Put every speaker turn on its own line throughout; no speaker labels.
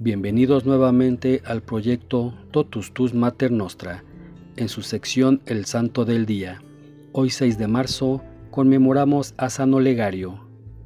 Bienvenidos nuevamente al proyecto Totus Tus Mater Nostra, en su sección El Santo del Día. Hoy 6 de marzo conmemoramos a San Olegario.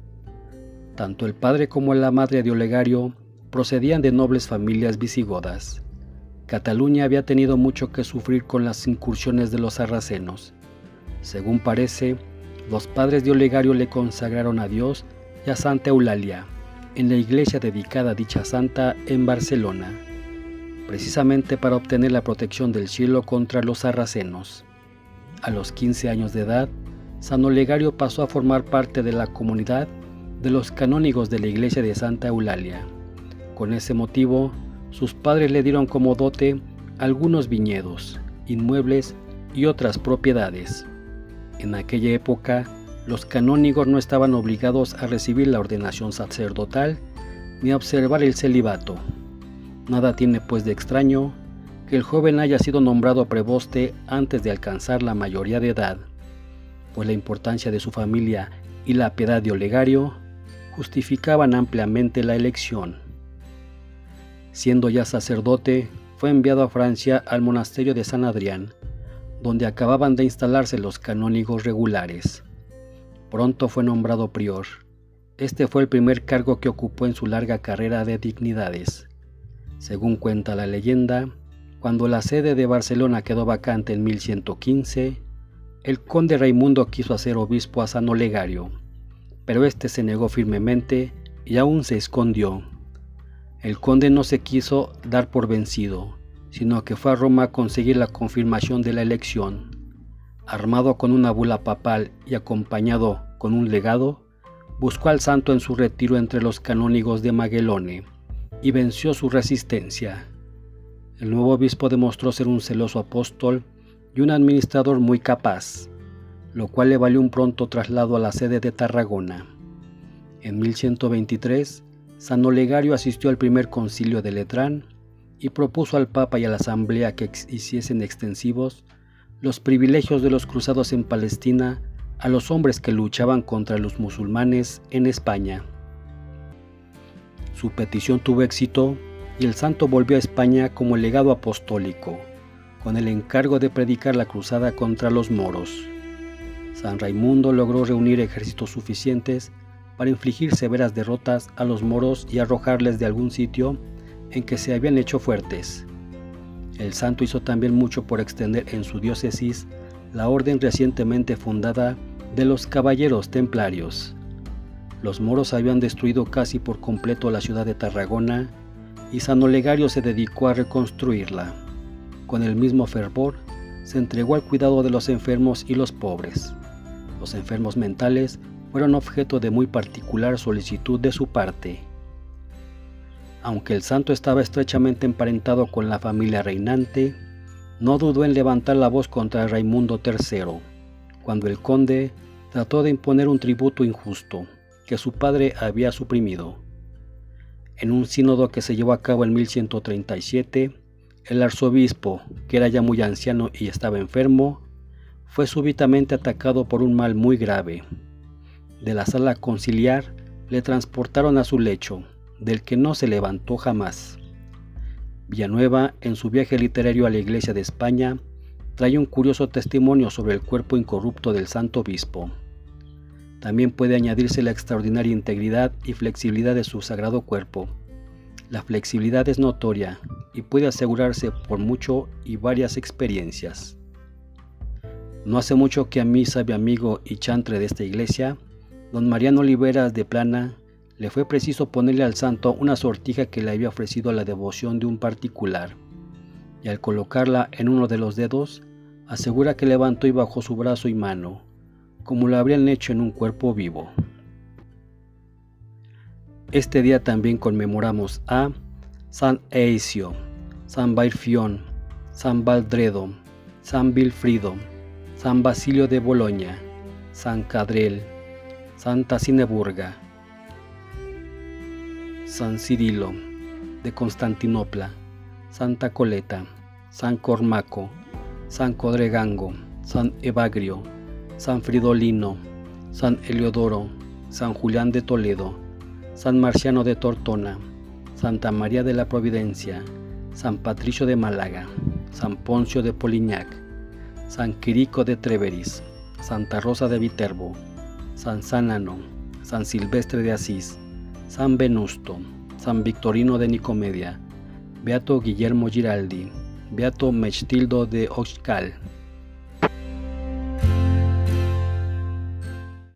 Tanto el padre como la madre de Olegario procedían de nobles familias visigodas. Cataluña había tenido mucho que sufrir con las incursiones de los sarracenos. Según parece, los padres de Olegario le consagraron a Dios y a Santa Eulalia, en la iglesia dedicada a dicha santa en Barcelona, precisamente para obtener la protección del cielo contra los sarracenos. A los 15 años de edad, San Olegario pasó a formar parte de la comunidad de los canónigos de la iglesia de Santa Eulalia. Con ese motivo, sus padres le dieron como dote algunos viñedos, inmuebles y otras propiedades. En aquella época, los canónigos no estaban obligados a recibir la ordenación sacerdotal ni a observar el celibato. Nada tiene pues de extraño que el joven haya sido nombrado preboste antes de alcanzar la mayoría de edad, pues la importancia de su familia y la piedad de Olegario justificaban ampliamente la elección. Siendo ya sacerdote, fue enviado a Francia al monasterio de San Adrián, donde acababan de instalarse los canónigos regulares. Pronto fue nombrado prior. Este fue el primer cargo que ocupó en su larga carrera de dignidades. Según cuenta la leyenda, cuando la sede de Barcelona quedó vacante en 1115, el conde Raimundo quiso hacer obispo a San Olegario, pero este se negó firmemente y aún se escondió. El conde no se quiso dar por vencido, sino que fue a Roma a conseguir la confirmación de la elección. Armado con una bula papal y acompañado con un legado, buscó al santo en su retiro entre los canónigos de Maguelone y venció su resistencia. El nuevo obispo demostró ser un celoso apóstol y un administrador muy capaz, lo cual le valió un pronto traslado a la sede de Tarragona. En 1123, San Olegario asistió al primer concilio de Letrán y propuso al Papa y a la Asamblea que hiciesen extensivos los privilegios de los cruzados en Palestina a los hombres que luchaban contra los musulmanes en España. Su petición tuvo éxito y el santo volvió a España como legado apostólico, con el encargo de predicar la cruzada contra los moros. San Raimundo logró reunir ejércitos suficientes para infligir severas derrotas a los moros y arrojarles de algún sitio en que se habían hecho fuertes. El santo hizo también mucho por extender en su diócesis la orden recientemente fundada de los Caballeros Templarios. Los moros habían destruido casi por completo la ciudad de Tarragona y San Olegario se dedicó a reconstruirla. Con el mismo fervor, se entregó al cuidado de los enfermos y los pobres. Los enfermos mentales fueron objeto de muy particular solicitud de su parte. Aunque el santo estaba estrechamente emparentado con la familia reinante, no dudó en levantar la voz contra Raimundo III, cuando el conde trató de imponer un tributo injusto que su padre había suprimido. En un sínodo que se llevó a cabo en 1137, el arzobispo, que era ya muy anciano y estaba enfermo, fue súbitamente atacado por un mal muy grave. De la sala conciliar le transportaron a su lecho, del que no se levantó jamás. Villanueva, en su viaje literario a la Iglesia de España, trae un curioso testimonio sobre el cuerpo incorrupto del santo obispo. También puede añadirse la extraordinaria integridad y flexibilidad de su sagrado cuerpo. La flexibilidad es notoria y puede asegurarse por mucho y varias experiencias. No hace mucho que a mi sabio amigo y chantre de esta iglesia, don Mariano Oliveras de Plana, le fue preciso ponerle al santo una sortija que le había ofrecido a la devoción de un particular, y al colocarla en uno de los dedos, asegura que levantó y bajó su brazo y mano, como lo habrían hecho en un cuerpo vivo. Este día también conmemoramos a San Eisio, San Bairfión, San Baldredo, San Vilfrido, San Basilio de Boloña, San Cadrel, Santa Sineburga, San Cirilo de Constantinopla, Santa Coleta, San Cormaco, San Codregango, San Evagrio, San Fridolino, San Heliodoro, San Julián de Toledo, San Marciano de Tortona, Santa María de la Providencia, San Patricio de Málaga, San Poncio de Polignac, San Quirico de Treveris, Santa Rosa de Viterbo, San Sánano, San Silvestre de Asís, San Venusto, San Victorino de Nicomedia, Beato Guillermo Giraldi, Beato Mechtildo de Oxcal,